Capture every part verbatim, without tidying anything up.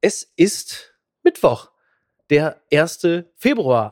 Es ist Mittwoch, der erste Februar.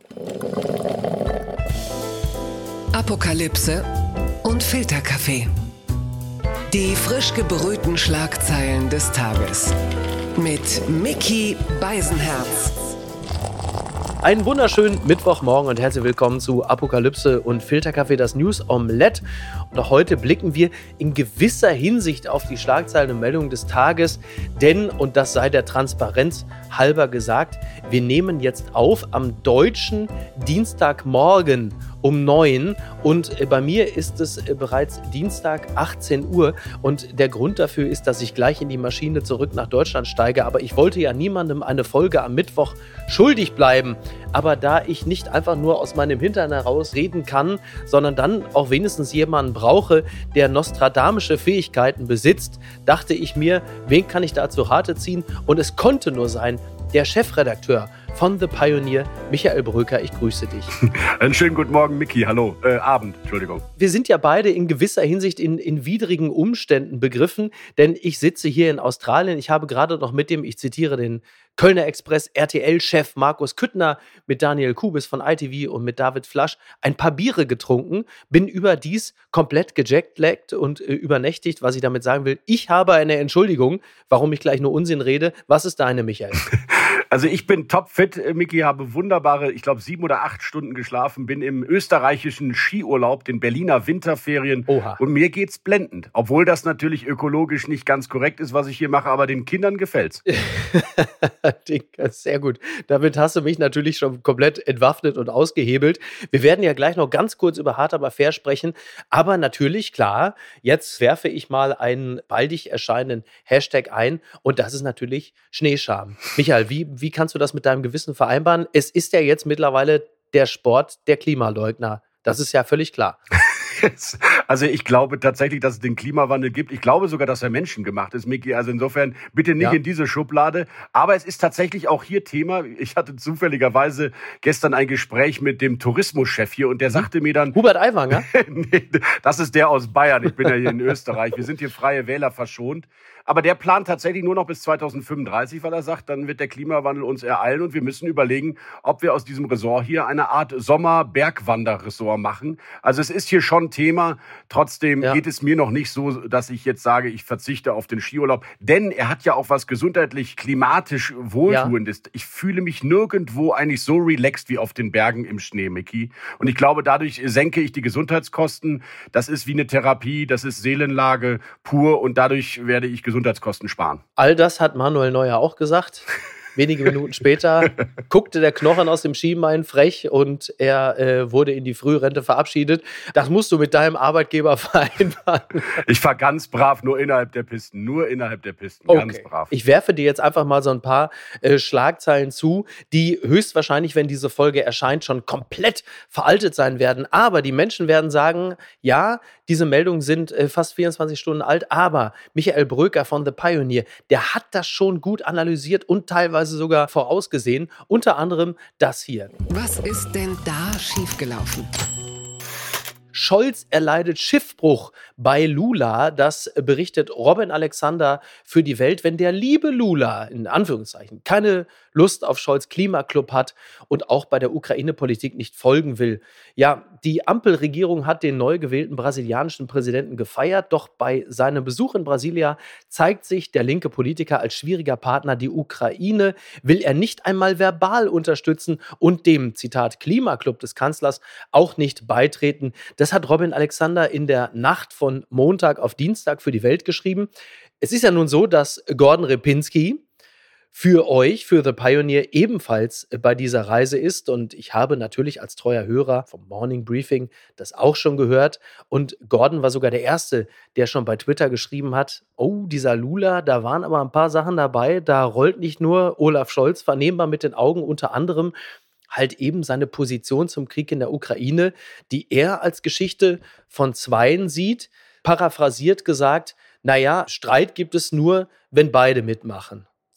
Apokalypse und Filterkaffee. Die frisch gebrühten Schlagzeilen des Tages. Mit Micky Beisenherz. Einen wunderschönen Mittwochmorgen und herzlich willkommen zu Apokalypse und Filterkaffee, das News Omelette. Und auch heute blicken wir in gewisser Hinsicht auf die Schlagzeilen und Meldungen des Tages, denn, und das sei der Transparenz halber gesagt, wir nehmen jetzt auf am deutschen Dienstagmorgen um neun und bei mir ist es bereits Dienstag achtzehn Uhr und der Grund dafür ist, dass ich gleich in die Maschine zurück nach Deutschland steige, aber ich wollte ja niemandem eine Folge am Mittwoch schuldig bleiben. Aber da ich nicht einfach nur aus meinem Hintern heraus reden kann, sondern dann auch wenigstens jemanden brauche, der nostradamische Fähigkeiten besitzt, dachte ich mir, wen kann ich da zu Rate ziehen? Und es konnte nur sein, der Chefredakteur von The Pioneer, Michael Bröker, ich grüße dich. Einen schönen guten Morgen, Micky. Hallo. Äh, Abend, Entschuldigung. Wir sind ja beide in gewisser Hinsicht in, in widrigen Umständen begriffen, denn ich sitze hier in Australien. Ich habe gerade noch mit dem, ich zitiere den Kölner Express R T L-Chef Markus Küttner, mit Daniel Kubis von I T V und mit David Flasch ein paar Biere getrunken, bin überdies komplett gejetlaggt und äh, übernächtigt, was ich damit sagen will. Ich habe eine Entschuldigung, warum ich gleich nur Unsinn rede. Was ist deine, Michael? Also ich bin topfit, Micky, habe wunderbare, ich glaube, sieben oder acht Stunden geschlafen, bin im österreichischen Skiurlaub, den Berliner Winterferien. Oha. Und mir geht's blendend. Obwohl das natürlich ökologisch nicht ganz korrekt ist, was ich hier mache, aber den Kindern gefällt's. Sehr gut. Damit hast du mich natürlich schon komplett entwaffnet und ausgehebelt. Wir werden ja gleich noch ganz kurz über hart aber fair sprechen. Aber natürlich, klar, jetzt werfe ich mal einen baldig erscheinenden Hashtag ein und das ist natürlich Schneescham. Michael, wie, wie kannst du das mit deinem Gewissen vereinbaren? Es ist ja jetzt mittlerweile der Sport der Klimaleugner. Das ist ja völlig klar. Also ich glaube tatsächlich, dass es den Klimawandel gibt. Ich glaube sogar, dass er menschengemacht ist, Micky. Also insofern bitte nicht ja. in diese Schublade. Aber es ist tatsächlich auch hier Thema. Ich hatte zufälligerweise gestern ein Gespräch mit dem Tourismuschef hier und der sagte mir dann... Hubert Aiwanger? Nee, das ist der aus Bayern. Ich bin ja hier in Österreich. Wir sind hier freie Wähler verschont. Aber der plant tatsächlich nur noch bis zweitausendfünfunddreißig, weil er sagt, dann wird der Klimawandel uns ereilen und wir müssen überlegen, ob wir aus diesem Resort hier eine Art Sommer-Bergwander-Resort machen. Also es ist hier schon Thema. Trotzdem ja. geht es mir noch nicht so, dass ich jetzt sage, ich verzichte auf den Skiurlaub. Denn er hat ja auch was gesundheitlich, klimatisch Wohltuendes. Ja. Ich fühle mich nirgendwo eigentlich so relaxed wie auf den Bergen im Schnee, Micky. Und ich glaube, dadurch senke ich die Gesundheitskosten. Das ist wie eine Therapie, das ist Seelenlage pur und dadurch werde ich Gesundheitskosten sparen. All das hat Manuel Neuer auch gesagt. Wenige Minuten später guckte der Knochen aus dem Schienbein frech und er äh, wurde in die Frührente verabschiedet. Das musst du mit deinem Arbeitgeber vereinbaren. Ich fahre ganz brav nur innerhalb der Pisten. Nur innerhalb der Pisten. Okay. Ganz brav. Ich werfe dir jetzt einfach mal so ein paar äh, Schlagzeilen zu, die höchstwahrscheinlich, wenn diese Folge erscheint, schon komplett veraltet sein werden. Aber die Menschen werden sagen, ja, diese Meldungen sind äh, fast vierundzwanzig Stunden alt, aber Michael Bröker von The Pioneer, der hat das schon gut analysiert und teilweise sogar vorausgesehen. Unter anderem das hier. Was ist denn da schiefgelaufen? Scholz erleidet Schiffbruch bei Lula. Das berichtet Robin Alexander für die Welt. Wenn der liebe Lula, in Anführungszeichen, keine Lust auf Scholz' Klimaclub hat und auch bei der Ukraine-Politik nicht folgen will. Ja, die Ampelregierung hat den neu gewählten brasilianischen Präsidenten gefeiert, doch bei seinem Besuch in Brasilia zeigt sich der linke Politiker als schwieriger Partner. Die Ukraine will er nicht einmal verbal unterstützen und dem, Zitat, Klimaclub des Kanzlers auch nicht beitreten. Das hat Robin Alexander in der Nacht von Montag auf Dienstag für die Welt geschrieben. Es ist ja nun so, dass Gordon Repinski für euch, für The Pioneer, ebenfalls bei dieser Reise ist. Und ich habe natürlich als treuer Hörer vom Morning Briefing das auch schon gehört. Und Gordon war sogar der Erste, der schon bei Twitter geschrieben hat, oh, dieser Lula, da waren aber ein paar Sachen dabei. Da rollt nicht nur Olaf Scholz vernehmbar mit den Augen, unter anderem halt eben seine Position zum Krieg in der Ukraine, die er als Geschichte von Zweien sieht. Paraphrasiert gesagt, naja, Streit gibt es nur, wenn beide mitmachen.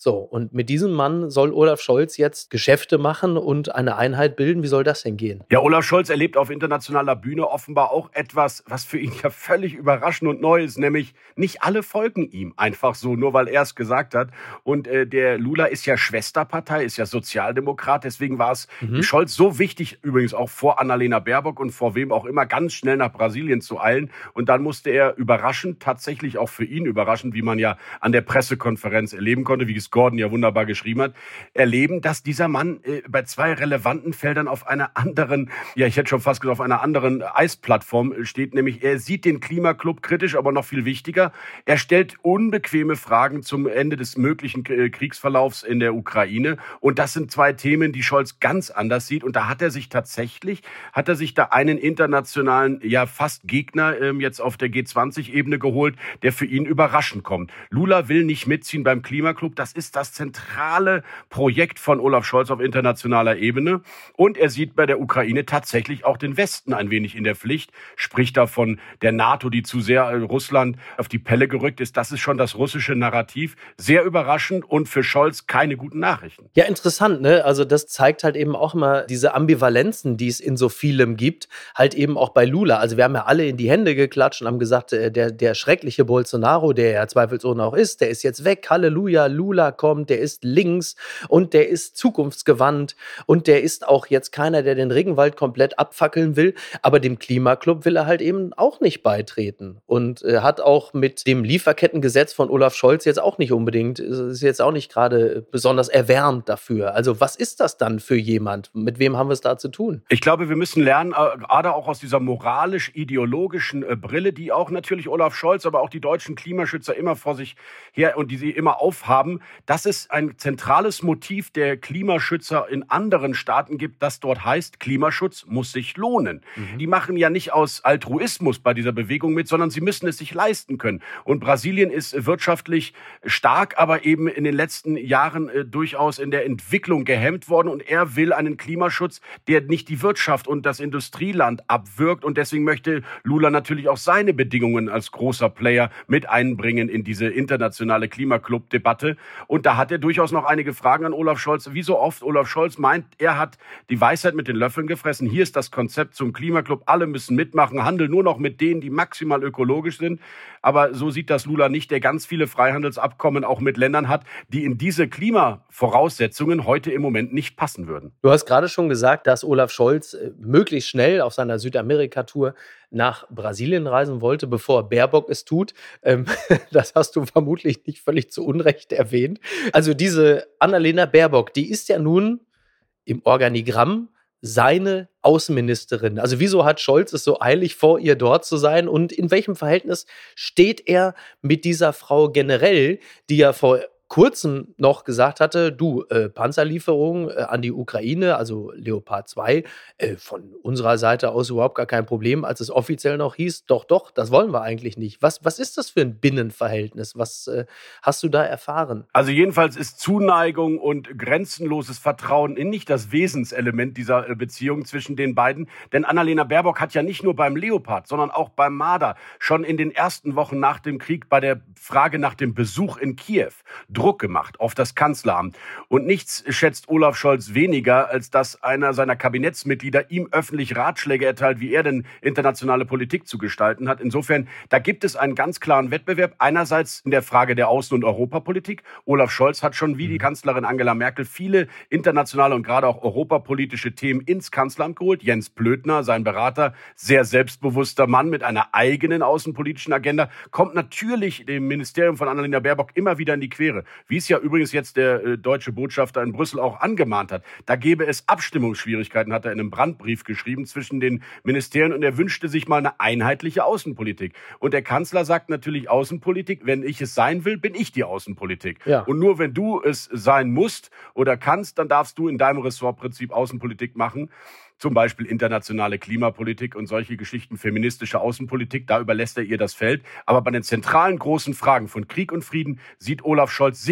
So, und mit diesem Mann soll Olaf Scholz jetzt Geschäfte machen und eine Einheit bilden. Wie soll das denn gehen? Ja, Olaf Scholz erlebt auf internationaler Bühne offenbar auch etwas, was für ihn ja völlig überraschend und neu ist, nämlich nicht alle folgen ihm einfach so, nur weil er es gesagt hat. Und äh, der Lula ist ja Schwesterpartei, ist ja Sozialdemokrat, deswegen war es mhm. Scholz so wichtig, übrigens auch vor Annalena Baerbock und vor wem auch immer, ganz schnell nach Brasilien zu eilen. Und dann musste er überraschend, tatsächlich auch für ihn überraschend, wie man ja an der Pressekonferenz erleben konnte, wie es Gordon ja wunderbar geschrieben hat, erleben, dass dieser Mann äh, bei zwei relevanten Feldern auf einer anderen, ja, ich hätte schon fast gesagt, auf einer anderen Eisplattform steht, nämlich er sieht den Klimaclub kritisch, aber noch viel wichtiger, er stellt unbequeme Fragen zum Ende des möglichen Kriegsverlaufs in der Ukraine und das sind zwei Themen, die Scholz ganz anders sieht und da hat er sich tatsächlich, hat er sich da einen internationalen, ja, fast Gegner ähm, jetzt auf der G zwanzig Ebene geholt, der für ihn überraschend kommt. Lula will nicht mitziehen beim Klimaclub, das ist das zentrale Projekt von Olaf Scholz auf internationaler Ebene. Und er sieht bei der Ukraine tatsächlich auch den Westen ein wenig in der Pflicht, spricht da von der NATO, die zu sehr Russland auf die Pelle gerückt ist. Das ist schon das russische Narrativ. Sehr überraschend und für Scholz keine guten Nachrichten. Ja, interessant, ne? Also das zeigt halt eben auch immer diese Ambivalenzen, die es in so vielem gibt, halt eben auch bei Lula. Also wir haben ja alle in die Hände geklatscht und haben gesagt, der, der schreckliche Bolsonaro, der ja zweifelsohne auch ist, der ist jetzt weg, Halleluja, Lula kommt, der ist links und der ist zukunftsgewandt und der ist auch jetzt keiner, der den Regenwald komplett abfackeln will, aber dem Klimaclub will er halt eben auch nicht beitreten und äh, hat auch mit dem Lieferkettengesetz von Olaf Scholz jetzt auch nicht unbedingt, ist jetzt auch nicht gerade besonders erwärmt dafür. Also was ist das dann für jemand? Mit wem haben wir es da zu tun? Ich glaube, wir müssen lernen, äh, gerade auch aus dieser moralisch-ideologischen äh, Brille, die auch natürlich Olaf Scholz, aber auch die deutschen Klimaschützer immer vor sich her und die sie immer aufhaben, dass es ein zentrales Motiv der Klimaschützer in anderen Staaten gibt, das dort heißt, Klimaschutz muss sich lohnen. Mhm. Die machen ja nicht aus Altruismus bei dieser Bewegung mit, sondern sie müssen es sich leisten können. Und Brasilien ist wirtschaftlich stark, aber eben in den letzten Jahren äh, durchaus in der Entwicklung gehemmt worden. Und er will einen Klimaschutz, der nicht die Wirtschaft und das Industrieland abwirkt. Und deswegen möchte Lula natürlich auch seine Bedingungen als großer Player mit einbringen in diese internationale Klimaclub-Debatte. Und da hat er durchaus noch einige Fragen an Olaf Scholz. Wie so oft Olaf Scholz meint, er hat die Weisheit mit den Löffeln gefressen. Hier ist das Konzept zum Klimaclub. Alle müssen mitmachen, handeln nur noch mit denen, die maximal ökologisch sind. Aber so sieht das Lula nicht, der ganz viele Freihandelsabkommen auch mit Ländern hat, die in diese Klimavoraussetzungen heute im Moment nicht passen würden. Du hast gerade schon gesagt, dass Olaf Scholz möglichst schnell auf seiner Südamerika-Tour nach Brasilien reisen wollte, bevor Baerbock es tut. Ähm, das hast du vermutlich nicht völlig zu Unrecht erwähnt. Also diese Annalena Baerbock, die ist ja nun im Organigramm seine Außenministerin. Also wieso hat Scholz es so eilig, vor ihr dort zu sein? Und in welchem Verhältnis steht er mit dieser Frau generell, die ja vor kurzem noch gesagt hatte, du, äh, Panzerlieferungen äh, an die Ukraine, also Leopard zwei, äh, von unserer Seite aus überhaupt gar kein Problem, als es offiziell noch hieß, doch, doch, das wollen wir eigentlich nicht. Was, was ist das für ein Binnenverhältnis? Was äh, hast du da erfahren? Also jedenfalls ist Zuneigung und grenzenloses Vertrauen in nicht das Wesenselement dieser äh, Beziehung zwischen den beiden. Denn Annalena Baerbock hat ja nicht nur beim Leopard, sondern auch beim Marder schon in den ersten Wochen nach dem Krieg bei der Frage nach dem Besuch in Kiew Druck gemacht auf das Kanzleramt. Und nichts schätzt Olaf Scholz weniger, als dass einer seiner Kabinettsmitglieder ihm öffentlich Ratschläge erteilt, wie er denn internationale Politik zu gestalten hat. Insofern, da gibt es einen ganz klaren Wettbewerb. Einerseits in der Frage der Außen- und Europapolitik. Olaf Scholz hat schon wie die Kanzlerin Angela Merkel viele internationale und gerade auch europapolitische Themen ins Kanzleramt geholt. Jens Plötner, sein Berater, sehr selbstbewusster Mann mit einer eigenen außenpolitischen Agenda, kommt natürlich dem Ministerium von Annalena Baerbock immer wieder in die Quere. Wie es ja übrigens jetzt der äh, deutsche Botschafter in Brüssel auch angemahnt hat. Da gäbe es Abstimmungsschwierigkeiten, hat er in einem Brandbrief geschrieben, zwischen den Ministerien. Und er wünschte sich mal eine einheitliche Außenpolitik. Und der Kanzler sagt natürlich Außenpolitik, wenn ich es sein will, bin ich die Außenpolitik. Ja. Und nur wenn du es sein musst oder kannst, dann darfst du in deinem Ressortprinzip Außenpolitik machen. Zum Beispiel internationale Klimapolitik und solche Geschichten, feministische Außenpolitik, da überlässt er ihr das Feld. Aber bei den zentralen großen Fragen von Krieg und Frieden sieht Olaf Scholz sich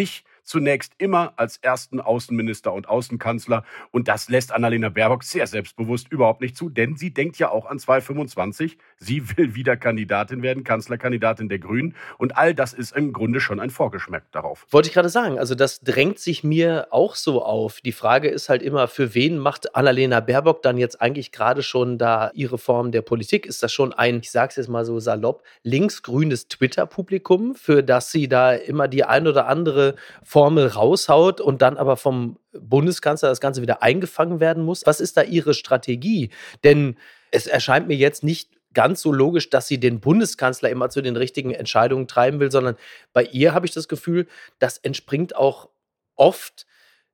zunächst immer als ersten Außenminister und Außenkanzler. Und das lässt Annalena Baerbock sehr selbstbewusst überhaupt nicht zu, denn sie denkt ja auch an zweitausendfünfundzwanzig. Sie will wieder Kandidatin werden, Kanzlerkandidatin der Grünen. Und all das ist im Grunde schon ein Vorgeschmack darauf. Wollte ich gerade sagen, also das drängt sich mir auch so auf. Die Frage ist halt immer, für wen macht Annalena Baerbock dann jetzt eigentlich gerade schon da ihre Form der Politik? Ist das schon ein, ich sag's jetzt mal so salopp, linksgrünes Twitter-Publikum, für das sie da immer die ein oder andere Formel raushaut und dann aber vom Bundeskanzler das Ganze wieder eingefangen werden muss? Was ist da ihre Strategie? Denn es erscheint mir jetzt nicht ganz so logisch, dass sie den Bundeskanzler immer zu den richtigen Entscheidungen treiben will, sondern bei ihr habe ich das Gefühl, das entspringt auch oft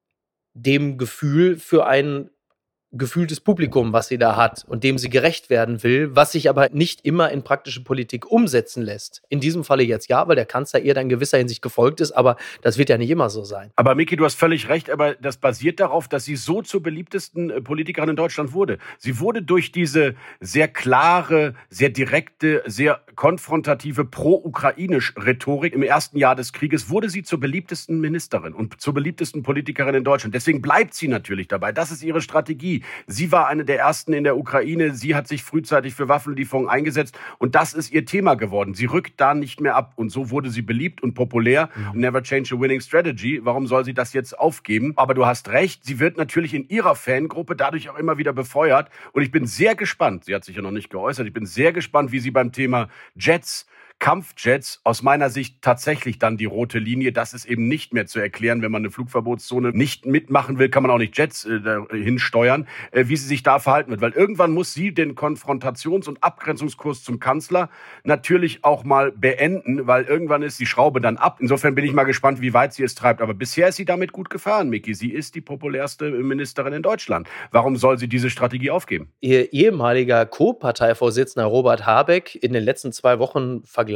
dem Gefühl für ein gefühltes Publikum, was sie da hat und dem sie gerecht werden will, was sich aber nicht immer in praktische Politik umsetzen lässt. In diesem Falle jetzt ja, weil der Kanzler ihr dann in gewisser Hinsicht gefolgt ist, aber das wird ja nicht immer so sein. Aber Miki, du hast völlig recht, aber das basiert darauf, dass sie so zur beliebtesten Politikerin in Deutschland wurde. Sie wurde durch diese sehr klare, sehr direkte, sehr konfrontative pro-ukrainisch Rhetorik im ersten Jahr des Krieges, wurde sie zur beliebtesten Ministerin und zur beliebtesten Politikerin in Deutschland. Deswegen bleibt sie natürlich dabei. Das ist ihre Strategie. Sie war eine der ersten in der Ukraine. Sie hat sich frühzeitig für Waffenlieferungen eingesetzt. Und das ist ihr Thema geworden. Sie rückt da nicht mehr ab. Und so wurde sie beliebt und populär. Mhm. Never change a winning strategy. Warum soll sie das jetzt aufgeben? Aber du hast recht. Sie wird natürlich in ihrer Fangruppe dadurch auch immer wieder befeuert. Und ich bin sehr gespannt. Sie hat sich ja noch nicht geäußert. Ich bin sehr gespannt, wie sie beim Thema Jets, Kampfjets, aus meiner Sicht tatsächlich dann die rote Linie. Das ist eben nicht mehr zu erklären, wenn man eine Flugverbotszone nicht mitmachen will, kann man auch nicht Jets äh, hinsteuern, äh, wie sie sich da verhalten wird. Weil irgendwann muss sie den Konfrontations- und Abgrenzungskurs zum Kanzler natürlich auch mal beenden, weil irgendwann ist die Schraube dann ab. Insofern bin ich mal gespannt, wie weit sie es treibt. Aber bisher ist sie damit gut gefahren, Miki. Sie ist die populärste Ministerin in Deutschland. Warum soll sie diese Strategie aufgeben? Ihr ehemaliger Co-Parteivorsitzender Robert Habeck, in den letzten zwei Wochen vergleichsweise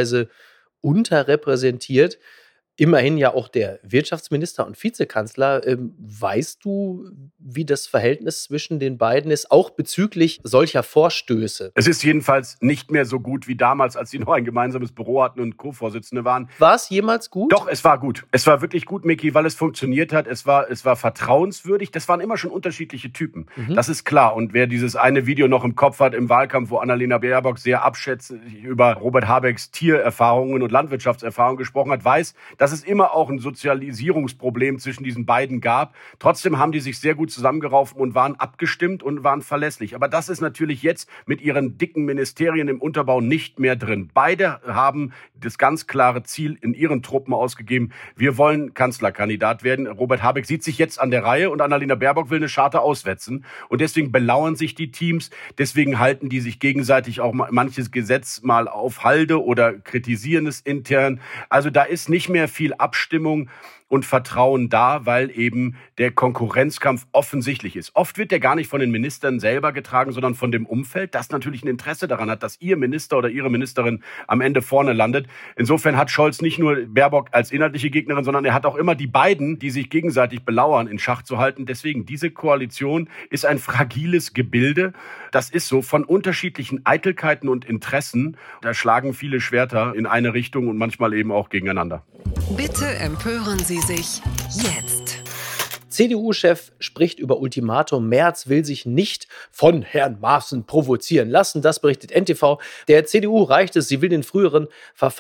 unterrepräsentiert, immerhin ja auch der Wirtschaftsminister und Vizekanzler. Ähm, weißt du, wie das Verhältnis zwischen den beiden ist, auch bezüglich solcher Vorstöße? Es ist jedenfalls nicht mehr so gut wie damals, als sie noch ein gemeinsames Büro hatten und Co-Vorsitzende waren. War es jemals gut? Doch, es war gut. Es war wirklich gut, Miki, weil es funktioniert hat. Es war, es war vertrauenswürdig. Das waren immer schon unterschiedliche Typen. Mhm. Das ist klar. Und wer dieses eine Video noch im Kopf hat im Wahlkampf, wo Annalena Baerbock sehr abschätzig über Robert Habecks Tiererfahrungen und Landwirtschaftserfahrungen gesprochen hat, weiß, dass es immer auch ein Sozialisierungsproblem zwischen diesen beiden gab. Trotzdem haben die sich sehr gut zusammengeraufen und waren abgestimmt und waren verlässlich. Aber das ist natürlich jetzt mit ihren dicken Ministerien im Unterbau nicht mehr drin. Beide haben das ganz klare Ziel in ihren Truppen ausgegeben. Wir wollen Kanzlerkandidat werden. Robert Habeck sieht sich jetzt an der Reihe und Annalena Baerbock will eine Scharte auswetzen. Und deswegen belauern sich die Teams. Deswegen halten die sich gegenseitig auch manches Gesetz mal auf Halde oder kritisieren es intern. Also da ist nicht mehr viel Abstimmung und Vertrauen da, weil eben der Konkurrenzkampf offensichtlich ist. Oft wird der gar nicht von den Ministern selber getragen, sondern von dem Umfeld, das natürlich ein Interesse daran hat, dass ihr Minister oder ihre Ministerin am Ende vorne landet. Insofern hat Scholz nicht nur Baerbock als inhaltliche Gegnerin, sondern er hat auch immer die beiden, die sich gegenseitig belauern, in Schach zu halten. Deswegen, diese Koalition ist ein fragiles Gebilde. Das ist so, von unterschiedlichen Eitelkeiten und Interessen. Da schlagen viele Schwerter in eine Richtung und manchmal eben auch gegeneinander. Bitte empören Sie sich jetzt. C D U-Chef spricht über Ultimatum. Merz will sich nicht von Herrn Maaßen provozieren lassen. Das berichtet N T V. Der C D U reicht es, sie will den früheren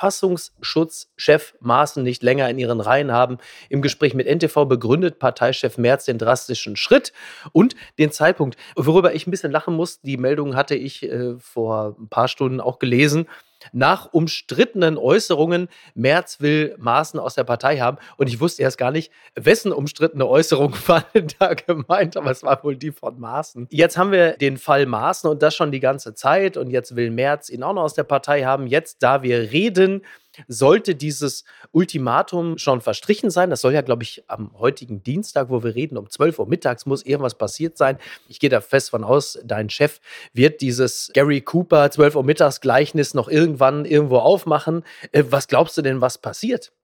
Verfassungsschutzchef Maaßen nicht länger in ihren Reihen haben. Im Gespräch mit N T V begründet Parteichef Merz den drastischen Schritt und den Zeitpunkt. Worüber ich ein bisschen lachen muss, die Meldung hatte ich äh, vor ein paar Stunden auch gelesen. Nach umstrittenen Äußerungen, Merz will Maaßen aus der Partei haben. Und ich wusste erst gar nicht, wessen umstrittene Äußerung war denn da gemeint, aber es war wohl die von Maaßen. Jetzt haben wir den Fall Maaßen und das schon die ganze Zeit. Und jetzt will Merz ihn auch noch aus der Partei haben. Jetzt, da wir reden, sollte dieses Ultimatum schon verstrichen sein. Das soll ja, glaube ich, am heutigen Dienstag, wo wir reden, um zwölf Uhr mittags muss irgendwas passiert sein. Ich gehe da fest von aus, dein Chef wird dieses Gary Cooper zwölf Uhr mittags Gleichnis noch irgendwann irgendwo aufmachen. Äh, was glaubst du denn, was passiert?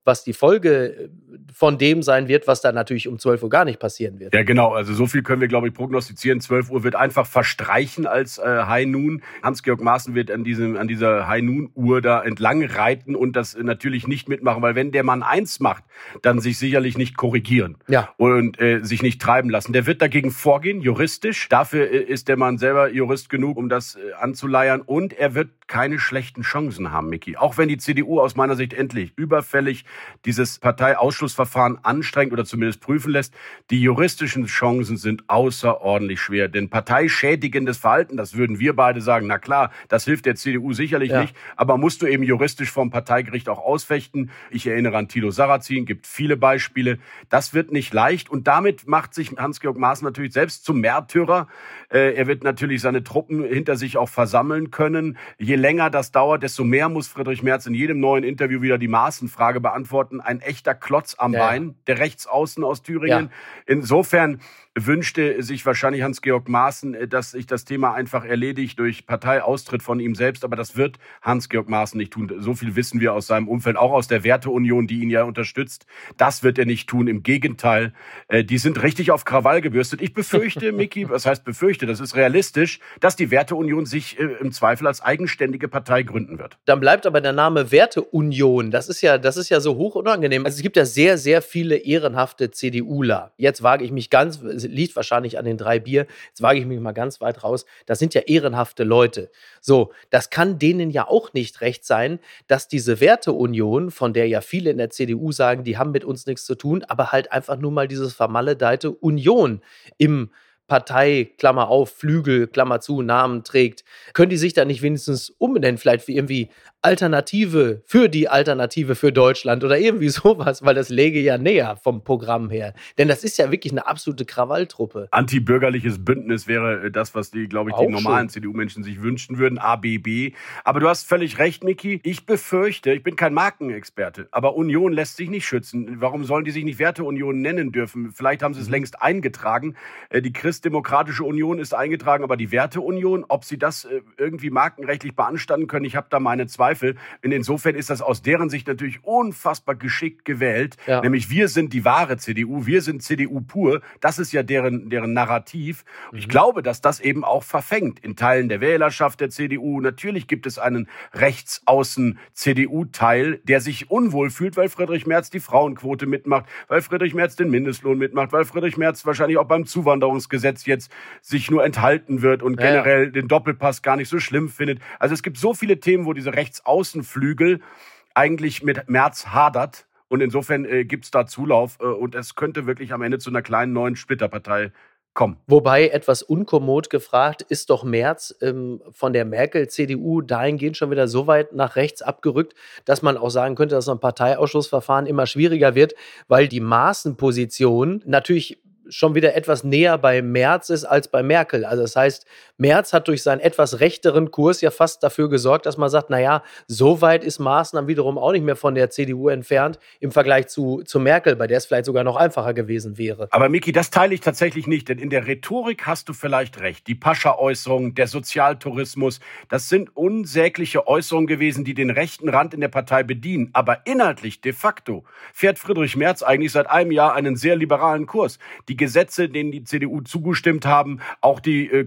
was die Folge von dem sein wird, was dann natürlich um zwölf Uhr gar nicht passieren wird. Ja, genau. Also so viel können wir, glaube ich, prognostizieren. zwölf Uhr wird einfach verstreichen als äh, High Noon. Hans-Georg Maaßen wird an, diesem, an dieser High Noon-Uhr da entlang reiten und das natürlich nicht mitmachen, weil wenn der Mann eins macht, dann sich sicherlich nicht korrigieren ja. und äh, sich nicht treiben lassen. Der wird dagegen vorgehen, juristisch. Dafür äh, ist der Mann selber Jurist genug, um das äh, anzuleiern. Und er wird keine schlechten Chancen haben, Micky. Auch wenn die C D U aus meiner Sicht endlich überfällig dieses Parteiausschlussverfahren anstrengt oder zumindest prüfen lässt, die juristischen Chancen sind außerordentlich schwer. Denn parteischädigendes Verhalten, das würden wir beide sagen, na klar, das hilft der C D U sicherlich ja. nicht, aber musst du eben juristisch vom Parteigericht auch ausfechten. Ich erinnere an Thilo Sarrazin, gibt viele Beispiele. Das wird nicht leicht und damit macht sich Hans-Georg Maaßen natürlich selbst zum Märtyrer. Äh, er wird natürlich seine Truppen hinter sich auch versammeln können. Je länger das dauert, desto mehr muss Friedrich Merz in jedem neuen Interview wieder die Maaßen-Frage beantworten. Ein echter Klotz am ja. Bein, der Rechtsaußen aus Thüringen. Ja. Insofern wünschte sich wahrscheinlich Hans-Georg Maaßen, dass sich das Thema einfach erledigt durch Parteiaustritt von ihm selbst. Aber das wird Hans-Georg Maaßen nicht tun. So viel wissen wir aus seinem Umfeld, auch aus der Werteunion, die ihn ja unterstützt. Das wird er nicht tun. Im Gegenteil, äh, die sind richtig auf Krawall gebürstet. Ich befürchte, Micky, was heißt befürchte, das ist realistisch, dass die Werteunion sich äh, im Zweifel als eigenständige Partei gründen wird. Dann bleibt aber der Name Werteunion. Das ist ja, das ist ja so hoch unangenehm. Also es gibt ja sehr, sehr viele ehrenhafte CDUler. Jetzt wage ich mich ganz, es liegt wahrscheinlich an den drei Bier, jetzt wage ich mich mal ganz weit raus. Das sind ja ehrenhafte Leute. So, das kann denen ja auch nicht recht sein, dass diese Werteunion, von der ja viele in der C D U sagen, die haben mit uns nichts zu tun, aber halt einfach nur mal dieses vermaledeite Union im Partei, Klammer auf, Flügel, Klammer zu, Namen trägt. Können die sich da nicht wenigstens umbenennen, vielleicht wie irgendwie Alternative für die Alternative für Deutschland oder irgendwie sowas, weil das läge ja näher vom Programm her. Denn das ist ja wirklich eine absolute Krawalltruppe. Antibürgerliches Bündnis wäre das, was die, glaube ich, die Auch normalen schon. C D U-Menschen sich wünschen würden, A B B. Aber du hast völlig recht, Micky. Ich befürchte, ich bin kein Markenexperte, aber Union lässt sich nicht schützen. Warum sollen die sich nicht Werteunion nennen dürfen? Vielleicht haben sie es mhm. längst eingetragen. Die Christdemokratische Union ist eingetragen, aber die Werteunion, ob sie das irgendwie markenrechtlich beanstanden können, ich habe da meine Zweifel. Und insofern ist das aus deren Sicht natürlich unfassbar geschickt gewählt. Ja. Nämlich wir sind die wahre C D U, wir sind C D U pur. Das ist ja deren, deren Narrativ. Und ich mhm. glaube, dass das eben auch verfängt in Teilen der Wählerschaft der C D U. Natürlich gibt es einen rechtsaußen-C D U-Teil, der sich unwohl fühlt, weil Friedrich Merz die Frauenquote mitmacht, weil Friedrich Merz den Mindestlohn mitmacht, weil Friedrich Merz wahrscheinlich auch beim Zuwanderungsgesetz jetzt sich nur enthalten wird und ja. generell den Doppelpass gar nicht so schlimm findet. Also es gibt so viele Themen, wo diese Rechtsaußenflügel eigentlich mit Merz hadert. Und insofern äh, gibt es da Zulauf. Äh, und es könnte wirklich am Ende zu einer kleinen neuen Splitterpartei kommen. Wobei, etwas unkommod gefragt, ist doch Merz ähm, von der Merkel-C D U dahingehend schon wieder so weit nach rechts abgerückt, dass man auch sagen könnte, dass so ein Parteiausschussverfahren immer schwieriger wird, weil die Maaßen-Position natürlich schon wieder etwas näher bei Merz ist als bei Merkel. Also das heißt, Merz hat durch seinen etwas rechteren Kurs ja fast dafür gesorgt, dass man sagt, naja, so weit ist Maaßen dann wiederum auch nicht mehr von der C D U entfernt im Vergleich zu, zu Merkel, bei der es vielleicht sogar noch einfacher gewesen wäre. Aber Micky, das teile ich tatsächlich nicht, denn in der Rhetorik hast du vielleicht recht. Die Pascha-Äußerungen, der Sozialtourismus, das sind unsägliche Äußerungen gewesen, die den rechten Rand in der Partei bedienen. Aber inhaltlich, de facto, fährt Friedrich Merz eigentlich seit einem Jahr einen sehr liberalen Kurs. Die Gesetze, denen die C D U zugestimmt haben, auch die äh,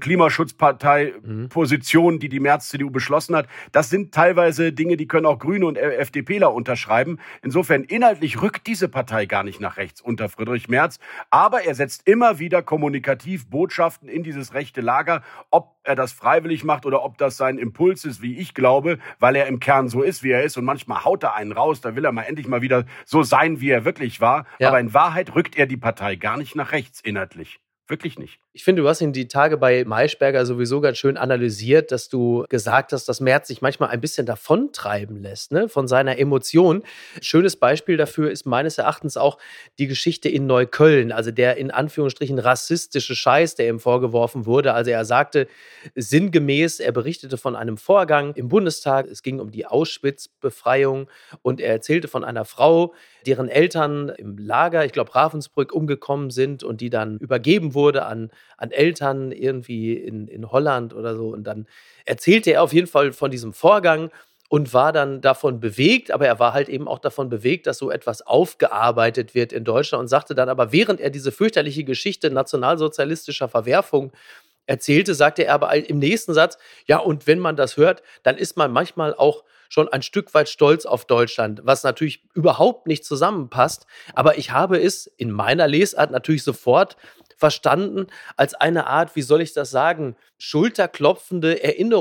Klimaschutzpartei-Position, die die Merz-C D U beschlossen hat, das sind teilweise Dinge, die können auch Grüne und FDPler unterschreiben. Insofern inhaltlich rückt diese Partei gar nicht nach rechts unter Friedrich Merz. Aber er setzt immer wieder kommunikativ Botschaften in dieses rechte Lager. Ob er das freiwillig macht oder ob das sein Impuls ist, wie ich glaube, weil er im Kern so ist, wie er ist. Und manchmal haut er einen raus, da will er mal endlich mal wieder so sein, wie er wirklich war. Ja. Aber in Wahrheit rückt er die Partei gar nicht nach rechts. Rechts inhaltlich. Wirklich nicht. Ich finde, du hast ihn die Tage bei Maischberger sowieso ganz schön analysiert, dass du gesagt hast, dass Merz sich manchmal ein bisschen davontreiben lässt, ne, von seiner Emotion. Schönes Beispiel dafür ist meines Erachtens auch die Geschichte in Neukölln, also der in Anführungsstrichen rassistische Scheiß, der ihm vorgeworfen wurde. Also er sagte sinngemäß, er berichtete von einem Vorgang im Bundestag, es ging um die Auschwitz-Befreiung und er erzählte von einer Frau, deren Eltern im Lager, ich glaube Ravensbrück, umgekommen sind und die dann übergeben wurde an, an Eltern irgendwie in, in Holland oder so. Und dann erzählte er auf jeden Fall von diesem Vorgang und war dann davon bewegt, aber er war halt eben auch davon bewegt, dass so etwas aufgearbeitet wird in Deutschland und sagte dann aber, während er diese fürchterliche Geschichte nationalsozialistischer Verwerfung erzählte, sagte er aber im nächsten Satz, ja, und wenn man das hört, dann ist man manchmal auch schon ein Stück weit stolz auf Deutschland, was natürlich überhaupt nicht zusammenpasst. Aber ich habe es in meiner Lesart natürlich sofort verstanden als eine Art, wie soll ich das sagen, schulterklopfende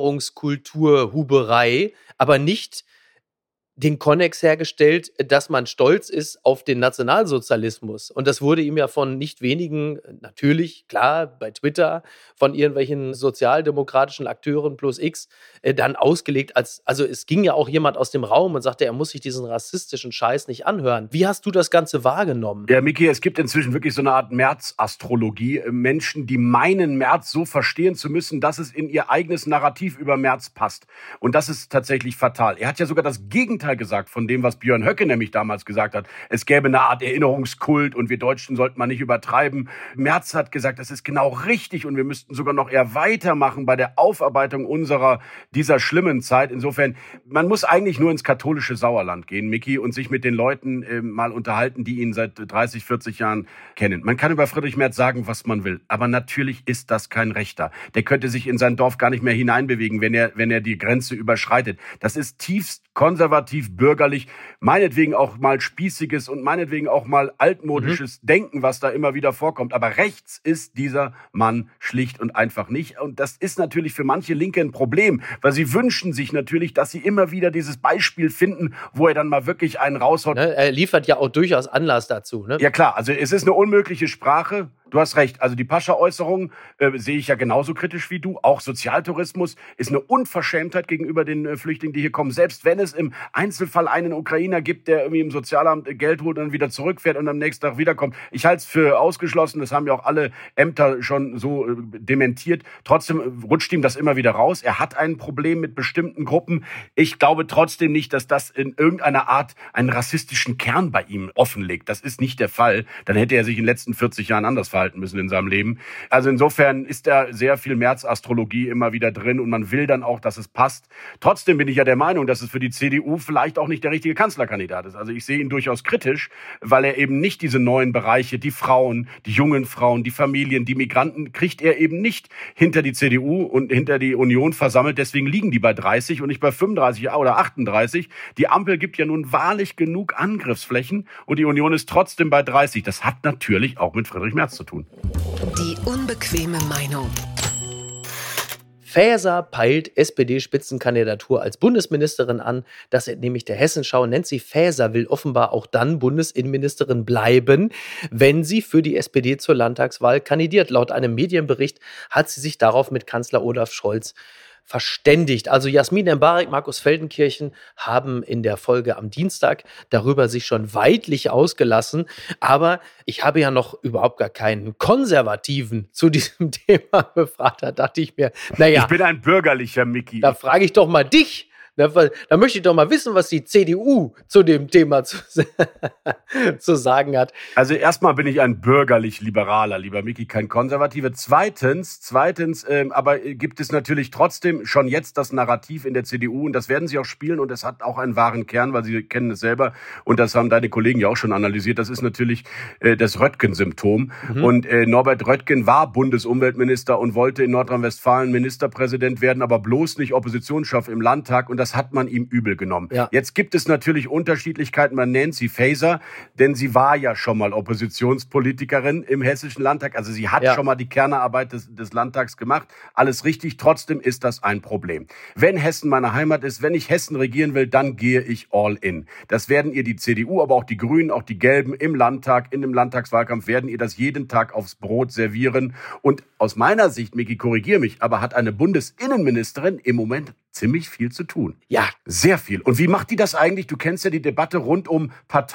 Erinnerungskulturhuberei, aber nicht den Konnex hergestellt, dass man stolz ist auf den Nationalsozialismus. Und das wurde ihm ja von nicht wenigen, natürlich, klar, bei Twitter, von irgendwelchen sozialdemokratischen Akteuren plus X, äh, dann ausgelegt als, also es ging ja auch jemand aus dem Raum und sagte, er muss sich diesen rassistischen Scheiß nicht anhören. Wie hast du das Ganze wahrgenommen? Ja, Miki, es gibt inzwischen wirklich so eine Art Merz-Astrologie. Menschen, die meinen, Merz so verstehen zu müssen, dass es in ihr eigenes Narrativ über Merz passt. Und das ist tatsächlich fatal. Er hat ja sogar das Gegenteil gesagt von dem, was Björn Höcke nämlich damals gesagt hat. Es gäbe eine Art Erinnerungskult und wir Deutschen sollten mal nicht übertreiben. Merz hat gesagt, das ist genau richtig und wir müssten sogar noch eher weitermachen bei der Aufarbeitung unserer, dieser schlimmen Zeit. Insofern, man muss eigentlich nur ins katholische Sauerland gehen, Miki, und sich mit den Leuten äh, mal unterhalten, die ihn seit dreißig, vierzig Jahren kennen. Man kann über Friedrich Merz sagen, was man will, aber natürlich ist das kein Rechter. Der könnte sich in sein Dorf gar nicht mehr hineinbewegen, wenn er, wenn er die Grenze überschreitet. Das ist tiefst konservativ, bürgerlich, meinetwegen auch mal spießiges und meinetwegen auch mal altmodisches mhm. Denken, was da immer wieder vorkommt. Aber rechts ist dieser Mann schlicht und einfach nicht. Und das ist natürlich für manche Linke ein Problem, weil sie wünschen sich natürlich, dass sie immer wieder dieses Beispiel finden, wo er dann mal wirklich einen raushaut. Ne, er liefert ja auch durchaus Anlass dazu. Ne? Ja klar, also es ist eine unmögliche Sprache. Du hast recht, also die Pascha-Äußerung äh, sehe ich ja genauso kritisch wie du. Auch Sozialtourismus ist eine Unverschämtheit gegenüber den äh, Flüchtlingen, die hier kommen. Selbst wenn es im Einzelfall einen Ukrainer gibt, der irgendwie im Sozialamt äh, Geld holt und dann wieder zurückfährt und am nächsten Tag wiederkommt. Ich halte es für ausgeschlossen, das haben ja auch alle Ämter schon so äh, dementiert. Trotzdem äh, rutscht ihm das immer wieder raus. Er hat ein Problem mit bestimmten Gruppen. Ich glaube trotzdem nicht, dass das in irgendeiner Art einen rassistischen Kern bei ihm offenlegt. Das ist nicht der Fall. Dann hätte er sich in den letzten vierzig Jahren anders verhalten müssen in seinem Leben. Also insofern ist da sehr viel Merz-Astrologie immer wieder drin und man will dann auch, dass es passt. Trotzdem bin ich ja der Meinung, dass es für die C D U vielleicht auch nicht der richtige Kanzlerkandidat ist. Also ich sehe ihn durchaus kritisch, weil er eben nicht diese neuen Bereiche, die Frauen, die jungen Frauen, die Familien, die Migranten, kriegt er eben nicht hinter die C D U und hinter die Union versammelt. Deswegen liegen die bei dreißig und nicht bei fünfunddreißig oder achtunddreißig. Die Ampel gibt ja nun wahrlich genug Angriffsflächen und die Union ist trotzdem bei dreißig. Das hat natürlich auch mit Friedrich Merz zu tun. Die unbequeme Meinung. Faeser peilt S P D-Spitzenkandidatur als Bundesministerin an. Das entnehme nämlich der Hessenschau. Nancy Faeser will offenbar auch dann Bundesinnenministerin bleiben, wenn sie für die S P D zur Landtagswahl kandidiert. Laut einem Medienbericht hat sie sich darauf mit Kanzler Olaf Scholz verständigt. Also Jasmin Embarek, Markus Feldenkirchen haben in der Folge am Dienstag darüber sich schon weidlich ausgelassen. Aber ich habe ja noch überhaupt gar keinen Konservativen zu diesem Thema befragt. Da dachte ich mir, naja. Ich bin ein bürgerlicher Miki. Da frage ich doch mal dich. Da, da möchte ich doch mal wissen, was die C D U zu dem Thema zu, zu sagen hat. Also erstmal bin ich ein bürgerlich-liberaler, lieber Miki, kein Konservativer. Zweitens, zweitens, ähm, aber gibt es natürlich trotzdem schon jetzt das Narrativ in der C D U und das werden sie auch spielen und es hat auch einen wahren Kern, weil sie kennen es selber und das haben deine Kollegen ja auch schon analysiert. Das ist natürlich äh, das Röttgen-Symptom. Mhm. Und äh, Norbert Röttgen war Bundesumweltminister und wollte in Nordrhein-Westfalen Ministerpräsident werden, aber bloß nicht Oppositionschef im Landtag und das hat man ihm übel genommen. Ja. Jetzt gibt es natürlich Unterschiedlichkeiten bei Nancy Faeser, denn sie war ja schon mal Oppositionspolitikerin im Hessischen Landtag. Also sie hat ja. schon mal die Kernarbeit des, des Landtags gemacht. Alles richtig. Trotzdem ist das ein Problem. Wenn Hessen meine Heimat ist, wenn ich Hessen regieren will, dann gehe ich all in. Das werden ihr die C D U, aber auch die Grünen, auch die Gelben im Landtag, in dem Landtagswahlkampf werden ihr das jeden Tag aufs Brot servieren. Und aus meiner Sicht, Miki, korrigier mich, aber hat eine Bundesinnenministerin im Moment ziemlich viel zu tun. Ja. Sehr viel. Und wie macht die das eigentlich? Du kennst ja die Debatte rund um Partei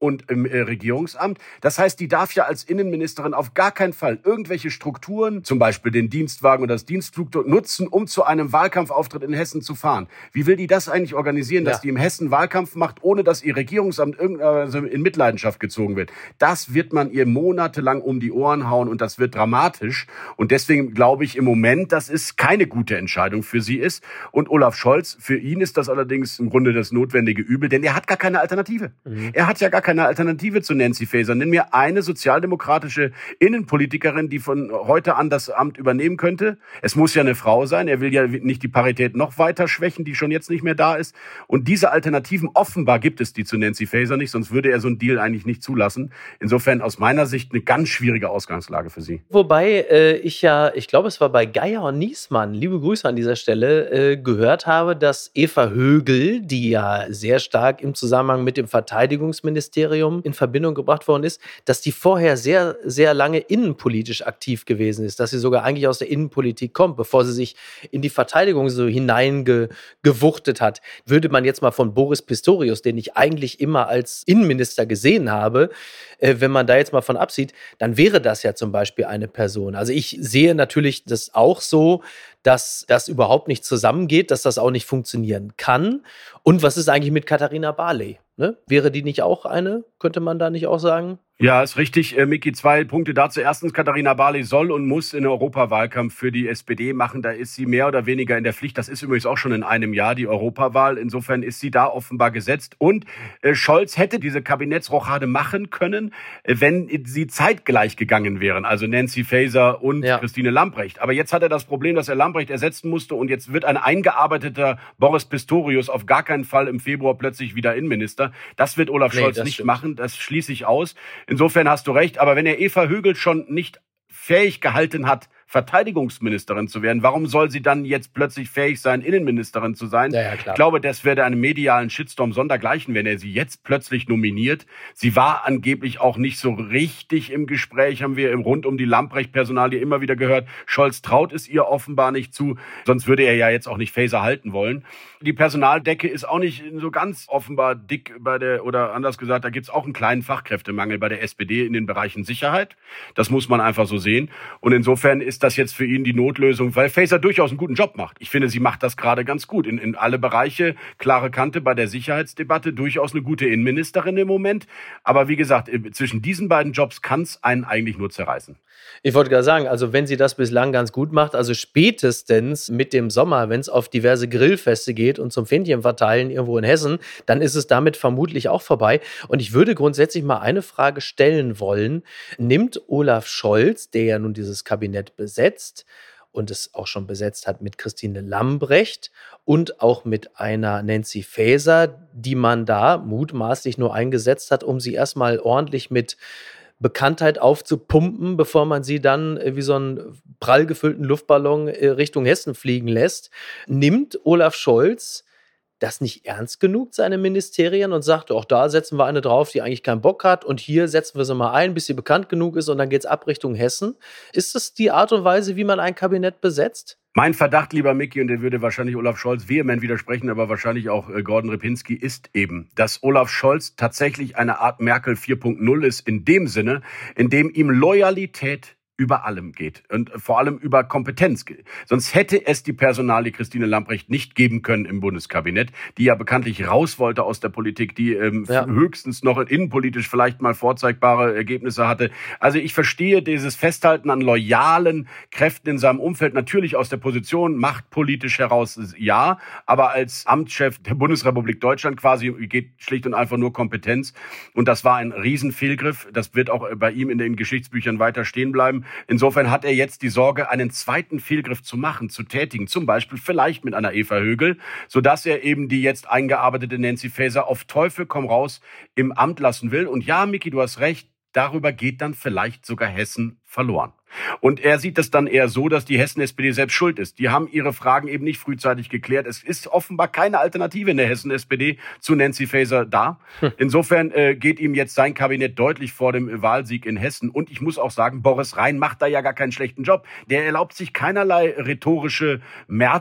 und im äh, Regierungsamt. Das heißt, die darf ja als Innenministerin auf gar keinen Fall irgendwelche Strukturen, zum Beispiel den Dienstwagen oder das Dienstflugzeug, nutzen, um zu einem Wahlkampfauftritt in Hessen zu fahren. Wie will die das eigentlich organisieren, dass ja. die im Hessen Wahlkampf macht, ohne dass ihr Regierungsamt also in Mitleidenschaft gezogen wird? Das wird man ihr monatelang um die Ohren hauen und das wird dramatisch. Und deswegen glaube ich im Moment, dass es keine gute Entscheidung für sie ist. Und Olaf Scholz, für ihn ist das allerdings im Grunde das notwendige Übel, denn er hat gar keine Alternative. Mhm. Er hat ja gar keine Alternative zu Nancy Faeser. Nenn mir eine sozialdemokratische Innenpolitikerin, die von heute an das Amt übernehmen könnte. Es muss ja eine Frau sein. Er will ja nicht die Parität noch weiter schwächen, die schon jetzt nicht mehr da ist. Und diese Alternativen, offenbar gibt es die zu Nancy Faeser nicht, sonst würde er so einen Deal eigentlich nicht zulassen. Insofern aus meiner Sicht eine ganz schwierige Ausgangslage für sie. Wobei äh, ich ja, ich glaube, es war bei Geier und Niesmann, liebe Grüße an dieser Stelle, äh, gehört habe, dass Eva Högel, die ja sehr stark im Zusammenhang mit dem Verteidigungsministerium in Verbindung gebracht worden ist, dass die vorher sehr, sehr lange innenpolitisch aktiv gewesen ist, dass sie sogar eigentlich aus der Innenpolitik kommt, bevor sie sich in die Verteidigung so hineingewuchtet hat. Würde man jetzt mal von Boris Pistorius, den ich eigentlich immer als Innenminister gesehen habe, äh, wenn man da jetzt mal von absieht, dann wäre das ja zum Beispiel eine Person. Also ich sehe natürlich das auch so, dass das überhaupt nicht zusammengeht, dass das auch nicht funktionieren kann. Und was ist eigentlich mit Katharina Barley? Ne? Wäre die nicht auch eine? Könnte man da nicht auch sagen? Ja, ist richtig, äh, Miki, zwei Punkte dazu. Erstens, Katharina Barley soll und muss in den Europawahlkampf für die S P D machen. Da ist sie mehr oder weniger in der Pflicht. Das ist übrigens auch schon in einem Jahr die Europawahl. Insofern ist sie da offenbar gesetzt. Und äh, Scholz hätte diese Kabinettsrochade machen können, äh, wenn sie zeitgleich gegangen wären. Also Nancy Faeser und ja. Christine Lambrecht. Aber jetzt hat er das Problem, dass er Lambrecht ersetzen musste. Und jetzt wird ein eingearbeiteter Boris Pistorius auf gar keinen Fall im Februar plötzlich wieder Innenminister. Das wird Olaf nee, Scholz nicht stimmt. machen. Das schließe ich aus. Insofern hast du recht, aber wenn er Eva Högel schon nicht fähig gehalten hat, Verteidigungsministerin zu werden, warum soll sie dann jetzt plötzlich fähig sein, Innenministerin zu sein? Ja, ja, klar. Ich glaube, das werde einen medialen Shitstorm sondergleichen, wenn er sie jetzt plötzlich nominiert. Sie war angeblich auch nicht so richtig im Gespräch, haben wir im rund um die Lambrecht-Personalie immer wieder gehört. Scholz traut es ihr offenbar nicht zu, sonst würde er ja jetzt auch nicht Faeser halten wollen. Die Personaldecke ist auch nicht so ganz offenbar dick bei der, oder anders gesagt, da gibt es auch einen kleinen Fachkräftemangel bei der S P D in den Bereichen Sicherheit. Das muss man einfach so sehen. Und insofern ist das jetzt für ihn die Notlösung, weil Faeser durchaus einen guten Job macht. Ich finde, sie macht das gerade ganz gut. In, in alle Bereiche, klare Kante bei der Sicherheitsdebatte, durchaus eine gute Innenministerin im Moment. Aber wie gesagt, zwischen diesen beiden Jobs kann es einen eigentlich nur zerreißen. Ich wollte gerade sagen, also wenn sie das bislang ganz gut macht, also spätestens mit dem Sommer, wenn es auf diverse Grillfeste geht und zum Fähnchen verteilen irgendwo in Hessen, dann ist es damit vermutlich auch vorbei. Und ich würde grundsätzlich mal eine Frage stellen wollen. Nimmt Olaf Scholz, der ja nun dieses Kabinett besetzt und es auch schon besetzt hat mit Christine Lambrecht und auch mit einer Nancy Faeser, die man da mutmaßlich nur eingesetzt hat, um sie erstmal ordentlich mit Bekanntheit aufzupumpen, bevor man sie dann wie so einen prall gefüllten Luftballon Richtung Hessen fliegen lässt. Nimmt Olaf Scholz das nicht ernst genug, seine Ministerien, und sagt, auch da setzen wir eine drauf, die eigentlich keinen Bock hat, und hier setzen wir sie mal ein, bis sie bekannt genug ist, und dann geht's ab Richtung Hessen. Ist das die Art und Weise, wie man ein Kabinett besetzt? Mein Verdacht, lieber Micky, und der würde wahrscheinlich Olaf Scholz vehement widersprechen, aber wahrscheinlich auch äh, Gordon Ripinski, ist eben, dass Olaf Scholz tatsächlich eine Art Merkel vier Punkt null ist, in dem Sinne, in dem ihm Loyalität über allem geht und vor allem über Kompetenz geht. Sonst hätte es die Personalie Christine Lambrecht nicht geben können im Bundeskabinett, die ja bekanntlich raus wollte aus der Politik, die ähm, ja. höchstens noch innenpolitisch vielleicht mal vorzeigbare Ergebnisse hatte. Also ich verstehe dieses Festhalten an loyalen Kräften in seinem Umfeld, natürlich aus der Position, machtpolitisch heraus, ja, aber als Amtschef der Bundesrepublik Deutschland quasi geht schlicht und einfach nur Kompetenz. Und das war ein Riesenfehlgriff. Das wird auch bei ihm in den Geschichtsbüchern weiter stehen bleiben. Insofern hat er jetzt die Sorge, einen zweiten Fehlgriff zu machen, zu tätigen, zum Beispiel vielleicht mit einer Eva Högel, sodass er eben die jetzt eingearbeitete Nancy Faeser auf Teufel komm raus im Amt lassen will. Und ja, Micky, du hast recht, darüber geht dann vielleicht sogar Hessen verloren. Und er sieht es dann eher so, dass die Hessen-S P D selbst schuld ist. Die haben ihre Fragen eben nicht frühzeitig geklärt. Es ist offenbar keine Alternative in der Hessen-S P D zu Nancy Faeser da. Insofern äh, geht ihm jetzt sein Kabinett deutlich vor dem Wahlsieg in Hessen. Und ich muss auch sagen, Boris Rhein macht da ja gar keinen schlechten Job. Der erlaubt sich keinerlei rhetorische März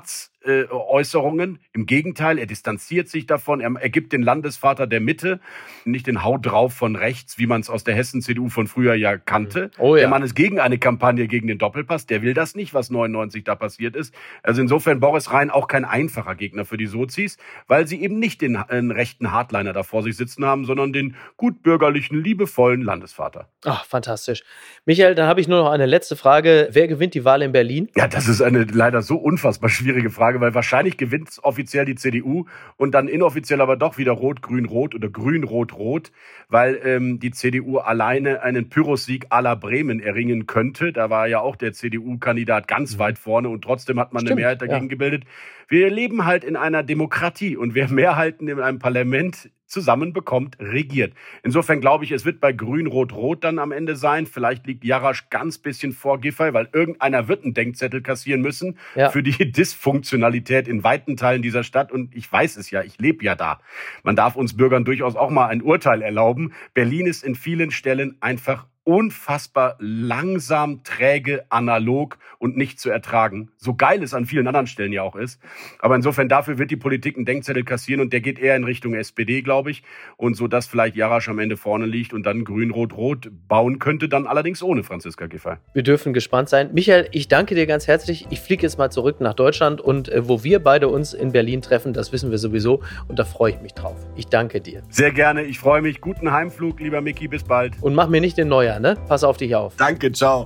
Äußerungen. Im Gegenteil, er distanziert sich davon. Er, er gibt den Landesvater der Mitte, nicht den Haut drauf von rechts, wie man es aus der Hessen-C D U von früher ja kannte. Oh ja. Der Mann ist gegen eine Kampagne gegen den Doppelpass. Der will das nicht, was neunundneunzig da passiert ist. Also insofern Boris Rhein auch kein einfacher Gegner für die Sozis, weil sie eben nicht den äh, rechten Hardliner da vor sich sitzen haben, sondern den gutbürgerlichen, liebevollen Landesvater. Ach, fantastisch. Michael, dann habe ich nur noch eine letzte Frage. Wer gewinnt die Wahl in Berlin? Ja, das ist eine leider so unfassbar schwierige Frage, weil wahrscheinlich gewinnt offiziell die C D U und dann inoffiziell aber doch wieder Rot-Grün-Rot oder Grün-Rot-Rot, weil ähm, die C D U alleine einen Pyrrhussieg à la Bremen erringen könnte. Da war ja auch der C D U-Kandidat ganz weit vorne und trotzdem hat man Stimmt, eine Mehrheit dagegen ja. gebildet. Wir leben halt in einer Demokratie und wer Mehrheiten in einem Parlament zusammenbekommt, regiert. Insofern glaube ich, es wird bei Grün-Rot-Rot dann am Ende sein. Vielleicht liegt Jarasch ganz bisschen vor Giffey, weil irgendeiner wird einen Denkzettel kassieren müssen ja. für die Dysfunktionalität in weiten Teilen dieser Stadt. Und ich weiß es ja, ich lebe ja da. Man darf uns Bürgern durchaus auch mal ein Urteil erlauben. Berlin ist in vielen Stellen einfach unfassbar langsam, träge, analog und nicht zu ertragen. So geil es an vielen anderen Stellen ja auch ist. Aber insofern dafür wird die Politik einen Denkzettel kassieren und der geht eher in Richtung S P D, glaube ich. Und so, dass vielleicht Jarasch am Ende vorne liegt und dann Grün-Rot-Rot bauen könnte, dann allerdings ohne Franziska Giffey. Wir dürfen gespannt sein. Michael, ich danke dir ganz herzlich. Ich fliege jetzt mal zurück nach Deutschland und äh, wo wir beide uns in Berlin treffen, das wissen wir sowieso und da freue ich mich drauf. Ich danke dir. Sehr gerne. Ich freue mich. Guten Heimflug, lieber Micky. Bis bald. Und mach mir nicht den Neuer. Ne? Pass auf dich auf. Danke, ciao.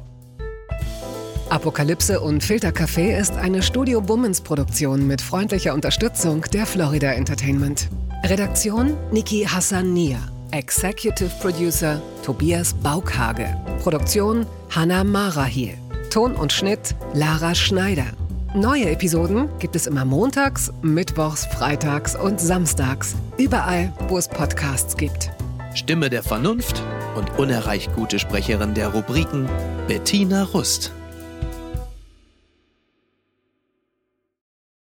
Apokalypse und Filtercafé ist eine Studio Bummens Produktion mit freundlicher Unterstützung der Florida Entertainment. Redaktion Niki Hassania. Executive Producer Tobias Baukhage. Produktion Hannah Marahiel. Ton und Schnitt Lara Schneider. Neue Episoden gibt es immer montags, mittwochs, freitags und samstags. Überall, wo es Podcasts gibt. Stimme der Vernunft und unerreicht gute Sprecherin der Rubriken Bettina Rust.